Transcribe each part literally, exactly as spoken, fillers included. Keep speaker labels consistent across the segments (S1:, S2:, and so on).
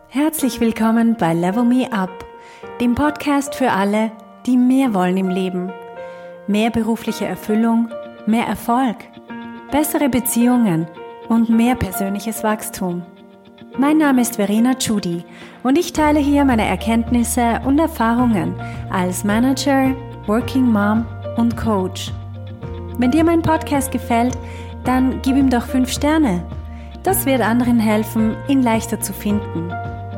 S1: Herzlich willkommen bei Level Me Up, dem Podcast für alle, die mehr wollen im Leben. Mehr berufliche Erfüllung, mehr Erfolg, bessere Beziehungen und mehr persönliches Wachstum. Mein Name ist Verena Tschudi und ich teile hier meine Erkenntnisse und Erfahrungen als Manager, Working Mom und Coach. Wenn dir mein Podcast gefällt, dann gib ihm doch fünf Sterne. Das wird anderen helfen, ihn leichter zu finden.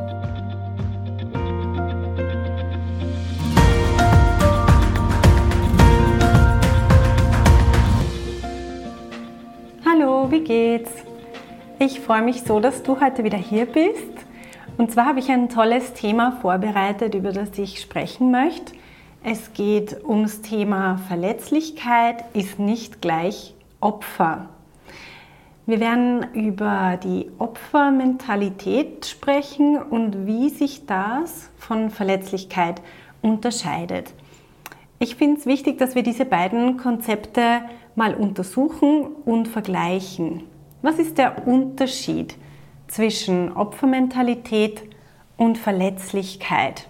S1: Hallo, wie geht's? Ich freue mich so, dass du heute wieder hier bist. Und zwar habe ich ein tolles Thema vorbereitet, über das ich sprechen möchte. Es geht ums Thema Verletzlichkeit ist nicht gleich Opfer. Wir werden über die Opfermentalität sprechen und wie sich das von Verletzlichkeit unterscheidet. Ich finde es wichtig, dass wir diese beiden Konzepte mal untersuchen und vergleichen. Was ist der Unterschied zwischen Opfermentalität und Verletzlichkeit?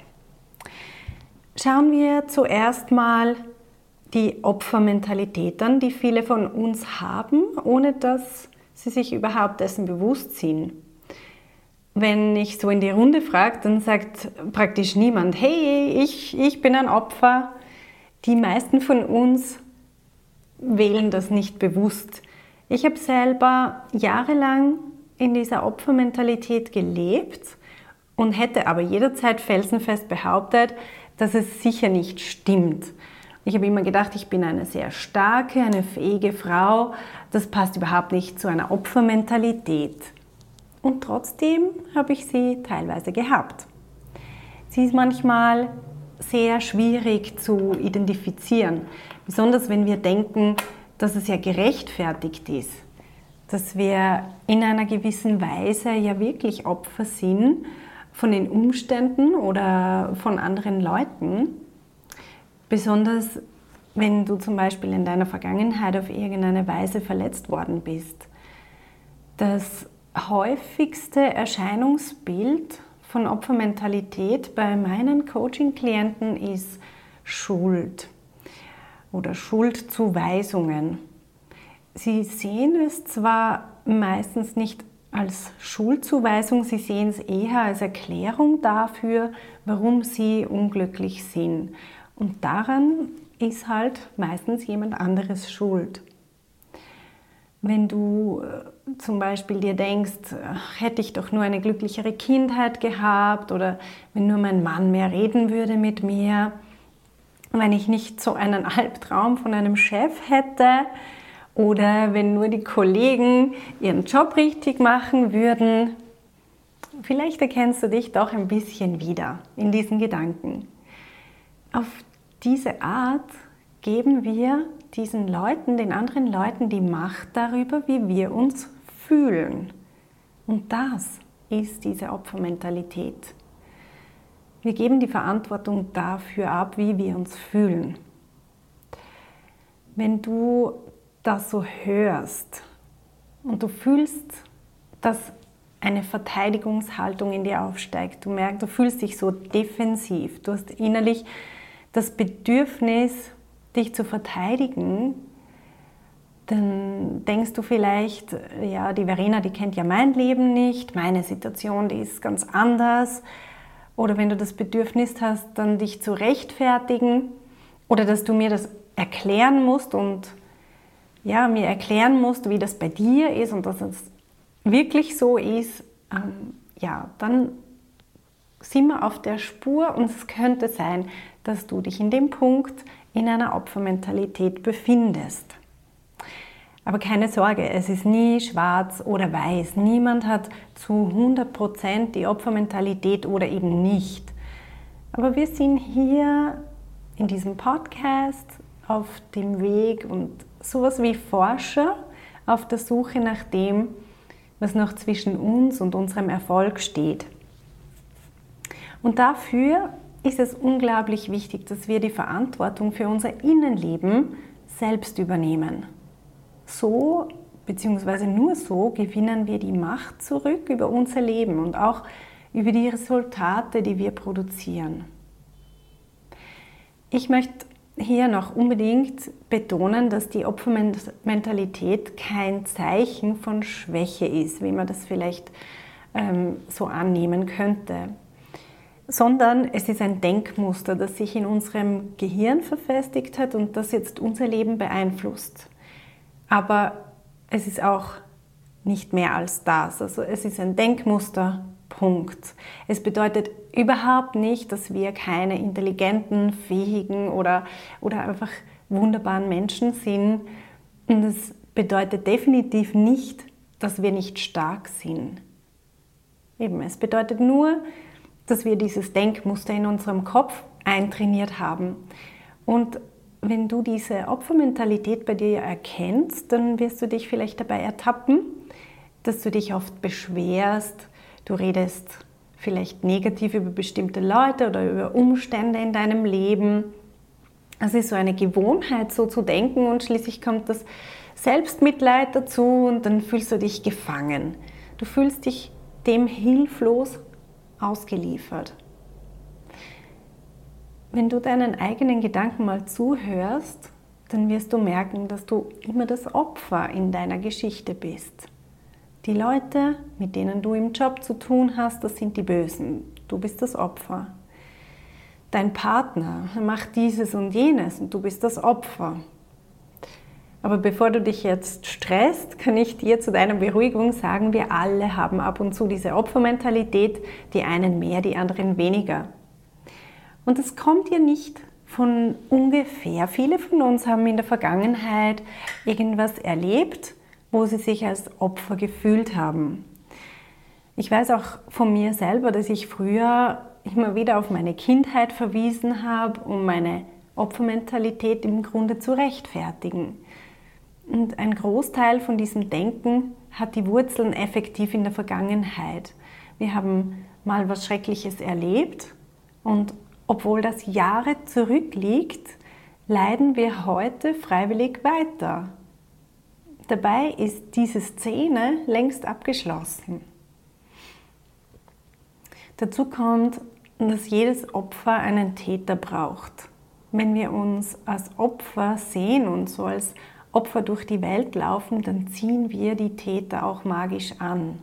S1: Schauen wir zuerst mal die Opfermentalität an, die viele von uns haben, ohne dass sie sich überhaupt dessen bewusst sind. Wenn ich so in die Runde frage, dann sagt praktisch niemand, hey, ich, ich bin ein Opfer. Die meisten von uns wählen das nicht bewusst. Ich habe selber jahrelang in dieser Opfermentalität gelebt und hätte aber jederzeit felsenfest behauptet, dass es sicher nicht stimmt. Ich habe immer gedacht, ich bin eine sehr starke, eine fähige Frau. Das passt überhaupt nicht zu einer Opfermentalität. Und trotzdem habe ich sie teilweise gehabt. Sie ist manchmal sehr schwierig zu identifizieren, besonders wenn wir denken, dass es ja gerechtfertigt ist, dass wir in einer gewissen Weise ja wirklich Opfer sind von den Umständen oder von anderen Leuten. Besonders wenn du zum Beispiel in deiner Vergangenheit auf irgendeine Weise verletzt worden bist. Das häufigste Erscheinungsbild von Opfermentalität bei meinen Coaching-Klienten ist Schuld oder Schuldzuweisungen. Sie sehen es zwar meistens nicht als Schuldzuweisung, sie sehen es eher als Erklärung dafür, warum sie unglücklich sind. Und daran ist halt meistens jemand anderes schuld. Wenn du zum Beispiel dir denkst, hätte ich doch nur eine glücklichere Kindheit gehabt oder wenn nur mein Mann mehr reden würde mit mir, wenn ich nicht so einen Albtraum von einem Chef hätte oder wenn nur die Kollegen ihren Job richtig machen würden, vielleicht erkennst du dich doch ein bisschen wieder in diesen Gedanken. Auf diese Art geben wir diesen Leuten, den anderen Leuten, die Macht darüber, wie wir uns fühlen. Und das ist diese Opfermentalität. Wir geben die Verantwortung dafür ab, wie wir uns fühlen. Wenn du das so hörst und du fühlst, dass eine Verteidigungshaltung in dir aufsteigt, du merkst, du fühlst dich so defensiv, du hast innerlich das Bedürfnis, dich zu verteidigen, dann denkst du vielleicht, ja, die Verena, die kennt ja mein Leben nicht, meine Situation, die ist ganz anders. Oder wenn du das Bedürfnis hast, dann dich zu rechtfertigen oder dass du mir das erklären musst und ja, mir erklären musst, wie das bei dir ist und dass es wirklich so ist, ähm, ja, dann sind wir auf der Spur und es könnte sein, dass du dich in dem Punkt in einer Opfermentalität befindest. Aber keine Sorge, es ist nie schwarz oder weiß. Niemand hat zu hundert Prozent die Opfermentalität oder eben nicht. Aber wir sind hier in diesem Podcast auf dem Weg und sowas wie Forscher auf der Suche nach dem, was noch zwischen uns und unserem Erfolg steht. Und dafür ist es unglaublich wichtig, dass wir die Verantwortung für unser Innenleben selbst übernehmen. So, beziehungsweise nur so, gewinnen wir die Macht zurück über unser Leben und auch über die Resultate, die wir produzieren. Ich möchte hier noch unbedingt betonen, dass die Opfermentalität kein Zeichen von Schwäche ist, wie man das vielleicht ähm, so annehmen könnte, sondern es ist ein Denkmuster, das sich in unserem Gehirn verfestigt hat und das jetzt unser Leben beeinflusst. Aber es ist auch nicht mehr als das. Also es ist ein Denkmuster, Punkt. Es bedeutet überhaupt nicht, dass wir keine intelligenten, fähigen oder, oder einfach wunderbaren Menschen sind. Und es bedeutet definitiv nicht, dass wir nicht stark sind. Eben, es bedeutet nur, dass wir dieses Denkmuster in unserem Kopf eintrainiert haben. Und wenn du diese Opfermentalität bei dir erkennst, dann wirst du dich vielleicht dabei ertappen, dass du dich oft beschwerst, du redest vielleicht negativ über bestimmte Leute oder über Umstände in deinem Leben. Es ist so eine Gewohnheit, so zu denken, und schließlich kommt das Selbstmitleid dazu und dann fühlst du dich gefangen. Du fühlst dich dem hilflos ausgeliefert. Wenn du deinen eigenen Gedanken mal zuhörst, dann wirst du merken, dass du immer das Opfer in deiner Geschichte bist. Die Leute, mit denen du im Job zu tun hast, das sind die Bösen. Du bist das Opfer. Dein Partner macht dieses und jenes und du bist das Opfer. Aber bevor du dich jetzt stresst, kann ich dir zu deiner Beruhigung sagen, wir alle haben ab und zu diese Opfermentalität, die einen mehr, die anderen weniger. Und das kommt ja nicht von ungefähr. Viele von uns haben in der Vergangenheit irgendwas erlebt, wo sie sich als Opfer gefühlt haben. Ich weiß auch von mir selber, dass ich früher immer wieder auf meine Kindheit verwiesen habe, um meine Opfermentalität im Grunde zu rechtfertigen. Und ein Großteil von diesem Denken hat die Wurzeln effektiv in der Vergangenheit. Wir haben mal was Schreckliches erlebt und obwohl das Jahre zurückliegt, leiden wir heute freiwillig weiter. Dabei ist diese Szene längst abgeschlossen. Dazu kommt, dass jedes Opfer einen Täter braucht. Wenn wir uns als Opfer sehen und so als Opfer durch die Welt laufen, dann ziehen wir die Täter auch magisch an.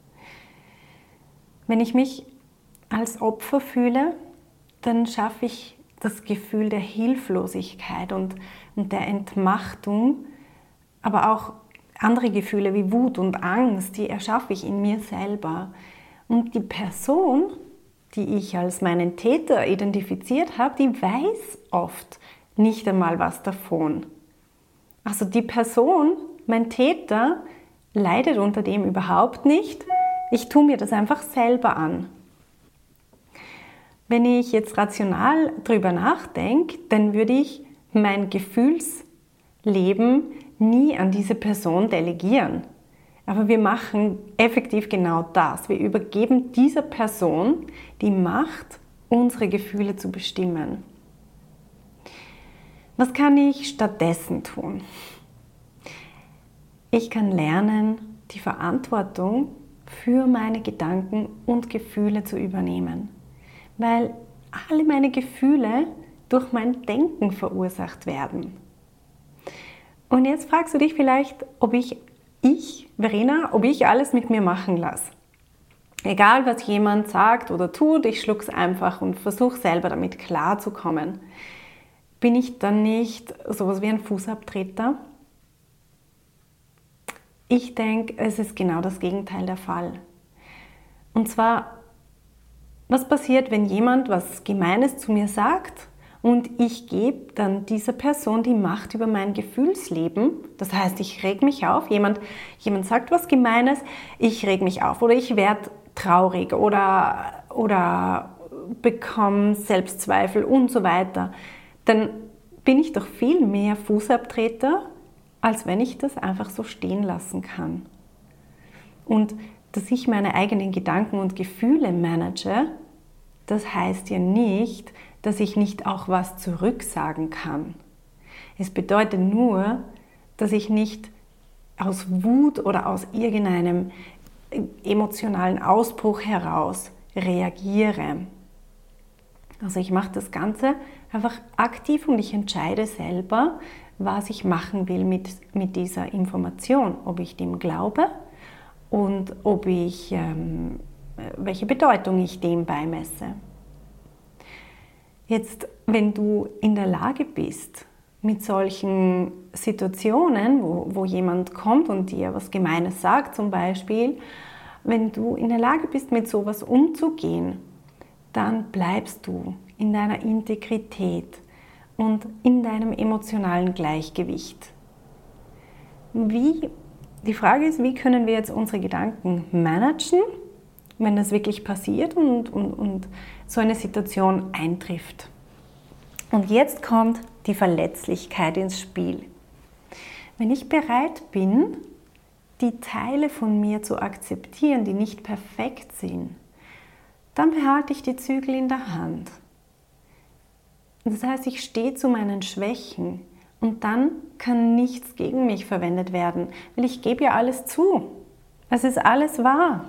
S1: Wenn ich mich als Opfer fühle, dann schaffe ich das Gefühl der Hilflosigkeit und, und der Entmachtung, aber auch andere Gefühle wie Wut und Angst, die erschaffe ich in mir selber. Und die Person, die ich als meinen Täter identifiziert habe, die weiß oft nicht einmal was davon. Also die Person, mein Täter, leidet unter dem überhaupt nicht. Ich tue mir das einfach selber an. Wenn ich jetzt rational drüber nachdenke, dann würde ich mein Gefühlsleben nie an diese Person delegieren. Aber wir machen effektiv genau das. Wir übergeben dieser Person die Macht, unsere Gefühle zu bestimmen. Was kann ich stattdessen tun? Ich kann lernen, die Verantwortung für meine Gedanken und Gefühle zu übernehmen, weil alle meine Gefühle durch mein Denken verursacht werden. Und jetzt fragst du dich vielleicht, ob ich, ich, Verena, ob ich alles mit mir machen lasse. Egal, was jemand sagt oder tut, ich schluck's einfach und versuche selber damit klarzukommen. Bin ich dann nicht sowas wie ein Fußabtreter? Ich denke, es ist genau das Gegenteil der Fall. Und zwar, was passiert, wenn jemand was Gemeines zu mir sagt und ich gebe dann dieser Person die Macht über mein Gefühlsleben? Das heißt, ich reg mich auf, jemand, jemand sagt was Gemeines, ich reg mich auf oder ich werde traurig oder, oder bekomme Selbstzweifel und so weiter. Dann bin ich doch viel mehr Fußabtreter, als wenn ich das einfach so stehen lassen kann. Und dass ich meine eigenen Gedanken und Gefühle manage, das heißt ja nicht, dass ich nicht auch was zurücksagen kann. Es bedeutet nur, dass ich nicht aus Wut oder aus irgendeinem emotionalen Ausbruch heraus reagiere. Also ich mache das Ganze einfach aktiv und ich entscheide selber, was ich machen will mit, mit dieser Information, ob ich dem glaube und ob ich, ähm, welche Bedeutung ich dem beimesse. Jetzt, wenn du in der Lage bist, mit solchen Situationen, wo, wo jemand kommt und dir was Gemeines sagt zum Beispiel, wenn du in der Lage bist, mit sowas umzugehen, dann bleibst du in deiner Integrität und in deinem emotionalen Gleichgewicht. Wie, die Frage ist, wie können wir jetzt unsere Gedanken managen, wenn das wirklich passiert und, und, und so eine Situation eintrifft. Und jetzt kommt die Verletzlichkeit ins Spiel. Wenn ich bereit bin, die Teile von mir zu akzeptieren, die nicht perfekt sind, dann behalte ich die Zügel in der Hand. Das heißt, ich stehe zu meinen Schwächen und dann kann nichts gegen mich verwendet werden, weil ich gebe ja alles zu. Es ist alles wahr.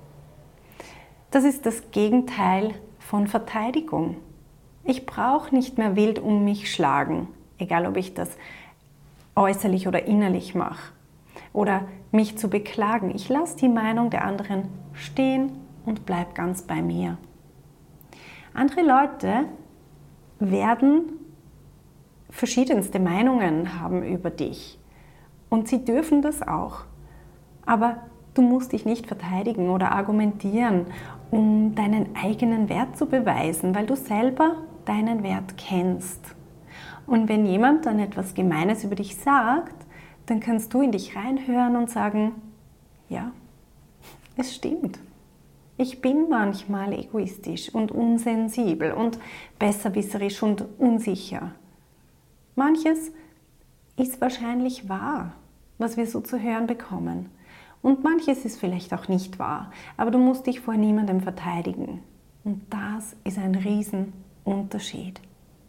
S1: Das ist das Gegenteil von Verteidigung. Ich brauche nicht mehr wild um mich schlagen, egal ob ich das äußerlich oder innerlich mache. Oder mich zu beklagen. Ich lasse die Meinung der anderen stehen und bleib ganz bei mir. Andere Leute werden verschiedenste Meinungen haben über dich. Und sie dürfen das auch. Aber du musst dich nicht verteidigen oder argumentieren, um deinen eigenen Wert zu beweisen, weil du selber deinen Wert kennst. Und wenn jemand dann etwas Gemeines über dich sagt, dann kannst du in dich reinhören und sagen, ja, es stimmt. Ich bin manchmal egoistisch und unsensibel und besserwisserisch und unsicher. Manches ist wahrscheinlich wahr, was wir so zu hören bekommen. Und manches ist vielleicht auch nicht wahr, aber du musst dich vor niemandem verteidigen. Und das ist ein Riesenunterschied.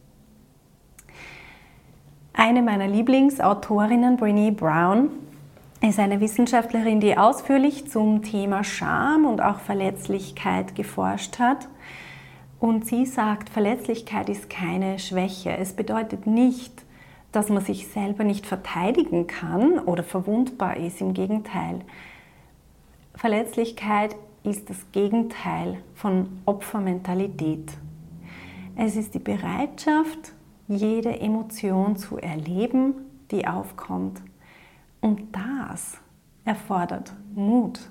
S1: Eine meiner Lieblingsautorinnen, Brené Brown, ist eine Wissenschaftlerin, die ausführlich zum Thema Scham und auch Verletzlichkeit geforscht hat. Und sie sagt, Verletzlichkeit ist keine Schwäche. Es bedeutet nicht, dass man sich selber nicht verteidigen kann oder verwundbar ist. Im Gegenteil. Verletzlichkeit ist das Gegenteil von Opfermentalität. Es ist die Bereitschaft, jede Emotion zu erleben, die aufkommt. Und das erfordert Mut.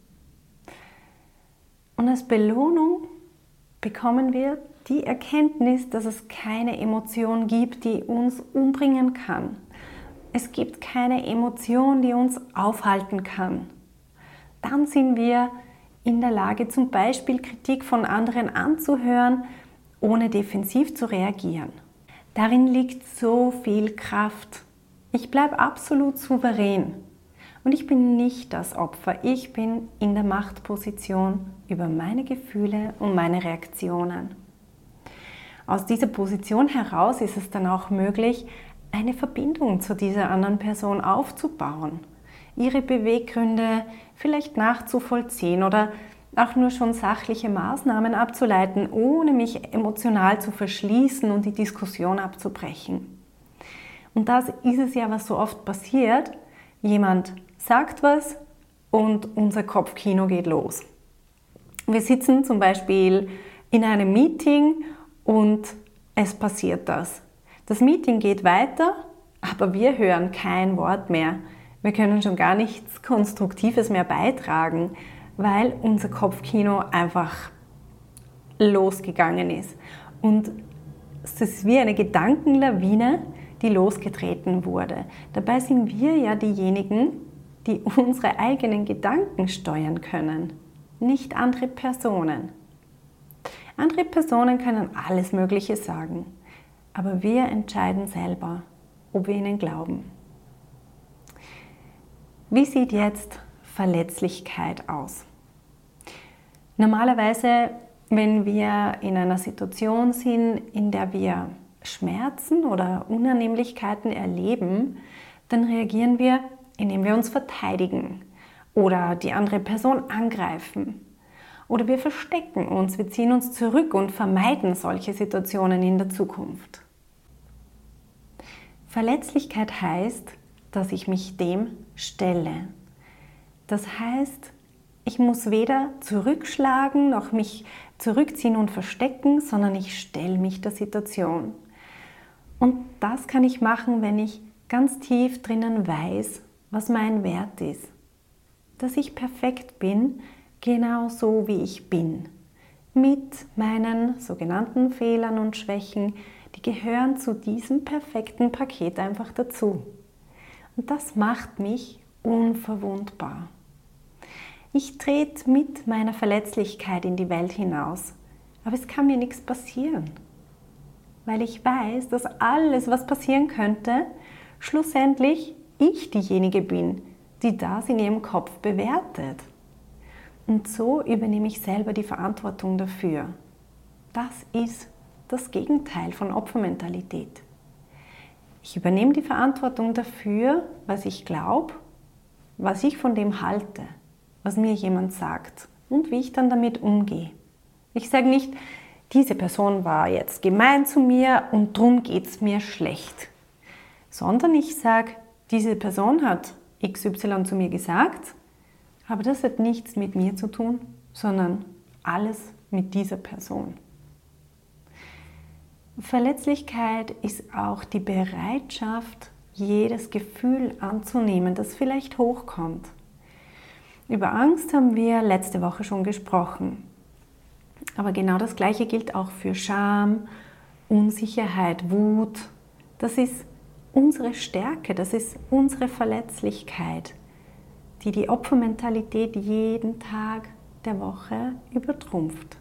S1: Und als Belohnung bekommen wir die Erkenntnis, dass es keine Emotion gibt, die uns umbringen kann. Es gibt keine Emotion, die uns aufhalten kann. Dann sind wir in der Lage, zum Beispiel Kritik von anderen anzuhören, ohne defensiv zu reagieren. Darin liegt so viel Kraft. Ich bleibe absolut souverän und ich bin nicht das Opfer. Ich bin in der Machtposition über meine Gefühle und meine Reaktionen. Aus dieser Position heraus ist es dann auch möglich, eine Verbindung zu dieser anderen Person aufzubauen, ihre Beweggründe vielleicht nachzuvollziehen oder auch nur schon sachliche Maßnahmen abzuleiten, ohne mich emotional zu verschließen und die Diskussion abzubrechen. Und das ist es ja, was so oft passiert. Jemand sagt was und unser Kopfkino geht los. Wir sitzen zum Beispiel in einem Meeting und es passiert das. Das Meeting geht weiter, aber wir hören kein Wort mehr. Wir können schon gar nichts Konstruktives mehr beitragen, weil unser Kopfkino einfach losgegangen ist. Und es ist wie eine Gedankenlawine, die losgetreten wurde. Dabei sind wir ja diejenigen, die unsere eigenen Gedanken steuern können, nicht andere Personen. Andere Personen können alles Mögliche sagen, aber wir entscheiden selber, ob wir ihnen glauben. Wie sieht jetzt Verletzlichkeit aus? Normalerweise, wenn wir in einer Situation sind, in der wir Schmerzen oder Unannehmlichkeiten erleben, dann reagieren wir, indem wir uns verteidigen oder die andere Person angreifen. Oder wir verstecken uns, wir ziehen uns zurück und vermeiden solche Situationen in der Zukunft. Verletzlichkeit heißt, dass ich mich dem stelle. Das heißt, ich muss weder zurückschlagen noch mich zurückziehen und verstecken, sondern ich stelle mich der Situation. Und das kann ich machen, wenn ich ganz tief drinnen weiß, was mein Wert ist. Dass ich perfekt bin, genau so wie ich bin. Mit meinen sogenannten Fehlern und Schwächen, die gehören zu diesem perfekten Paket einfach dazu. Und das macht mich unverwundbar. Ich trete mit meiner Verletzlichkeit in die Welt hinaus, aber es kann mir nichts passieren, weil ich weiß, dass alles, was passieren könnte, schlussendlich ich diejenige bin, die das in ihrem Kopf bewertet. Und so übernehme ich selber die Verantwortung dafür. Das ist das Gegenteil von Opfermentalität. Ich übernehme die Verantwortung dafür, was ich glaube, was ich von dem halte, was mir jemand sagt und wie ich dann damit umgehe. Ich sage nicht, diese Person war jetzt gemein zu mir und darum geht es mir schlecht. Sondern ich sage, diese Person hat X Y zu mir gesagt, aber das hat nichts mit mir zu tun, sondern alles mit dieser Person. Verletzlichkeit ist auch die Bereitschaft, jedes Gefühl anzunehmen, das vielleicht hochkommt. Über Angst haben wir letzte Woche schon gesprochen. Aber genau das Gleiche gilt auch für Scham, Unsicherheit, Wut. Das ist unsere Stärke, das ist unsere Verletzlichkeit, die die Opfermentalität jeden Tag der Woche übertrumpft.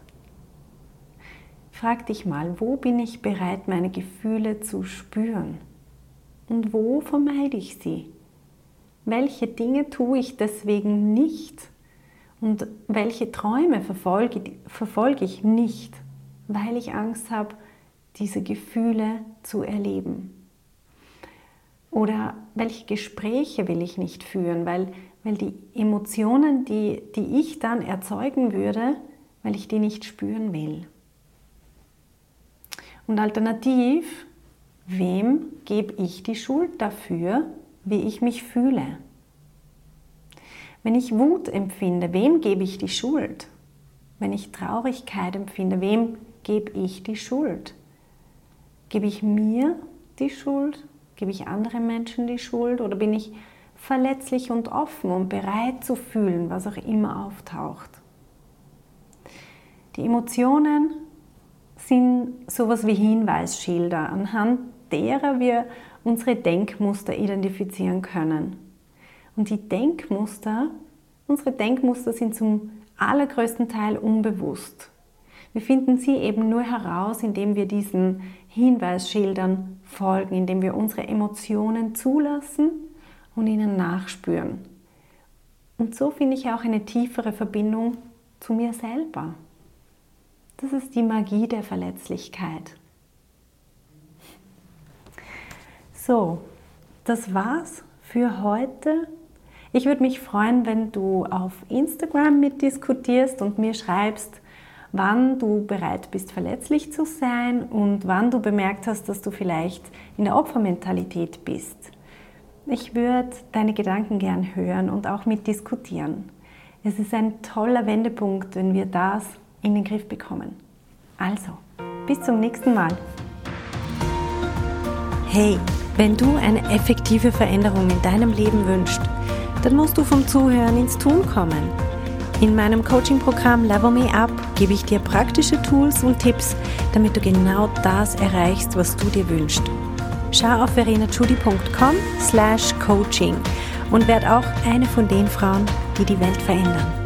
S1: Frag dich mal, wo bin ich bereit, meine Gefühle zu spüren? Und wo vermeide ich sie? Welche Dinge tue ich deswegen nicht? Und welche Träume verfolge, verfolge ich nicht, weil ich Angst habe, diese Gefühle zu erleben? Oder welche Gespräche will ich nicht führen, weil, weil die Emotionen, die, die ich dann erzeugen würde, weil ich die nicht spüren will? Und alternativ, wem gebe ich die Schuld dafür, wie ich mich fühle? Wenn ich Wut empfinde, wem gebe ich die Schuld? Wenn ich Traurigkeit empfinde, wem gebe ich die Schuld? Gebe ich mir die Schuld? Gebe ich anderen Menschen die Schuld? Oder bin ich verletzlich und offen und bereit zu fühlen, was auch immer auftaucht? Die Emotionen sind sowas wie Hinweisschilder, anhand derer wir unsere Denkmuster identifizieren können. Und die Denkmuster, unsere Denkmuster sind zum allergrößten Teil unbewusst. Wir finden sie eben nur heraus, indem wir diesen Hinweisschildern folgen, indem wir unsere Emotionen zulassen und ihnen nachspüren. Und so finde ich auch eine tiefere Verbindung zu mir selber. Das ist die Magie der Verletzlichkeit. So, das war's für heute. Ich würde mich freuen, wenn du auf Instagram mitdiskutierst und mir schreibst, wann du bereit bist, verletzlich zu sein und wann du bemerkt hast, dass du vielleicht in der Opfermentalität bist. Ich würde deine Gedanken gern hören und auch mitdiskutieren. Es ist ein toller Wendepunkt, wenn wir das in den Griff bekommen. Also, bis zum nächsten Mal. Hey, wenn du eine effektive Veränderung in deinem Leben wünschst, dann musst du vom Zuhören ins Tun kommen. In meinem Coaching-Programm Level Me Up gebe ich dir praktische Tools und Tipps, damit du genau das erreichst, was du dir wünschst. Schau auf verena judy punkt com slash coaching und werd auch eine von den Frauen, die die Welt verändern.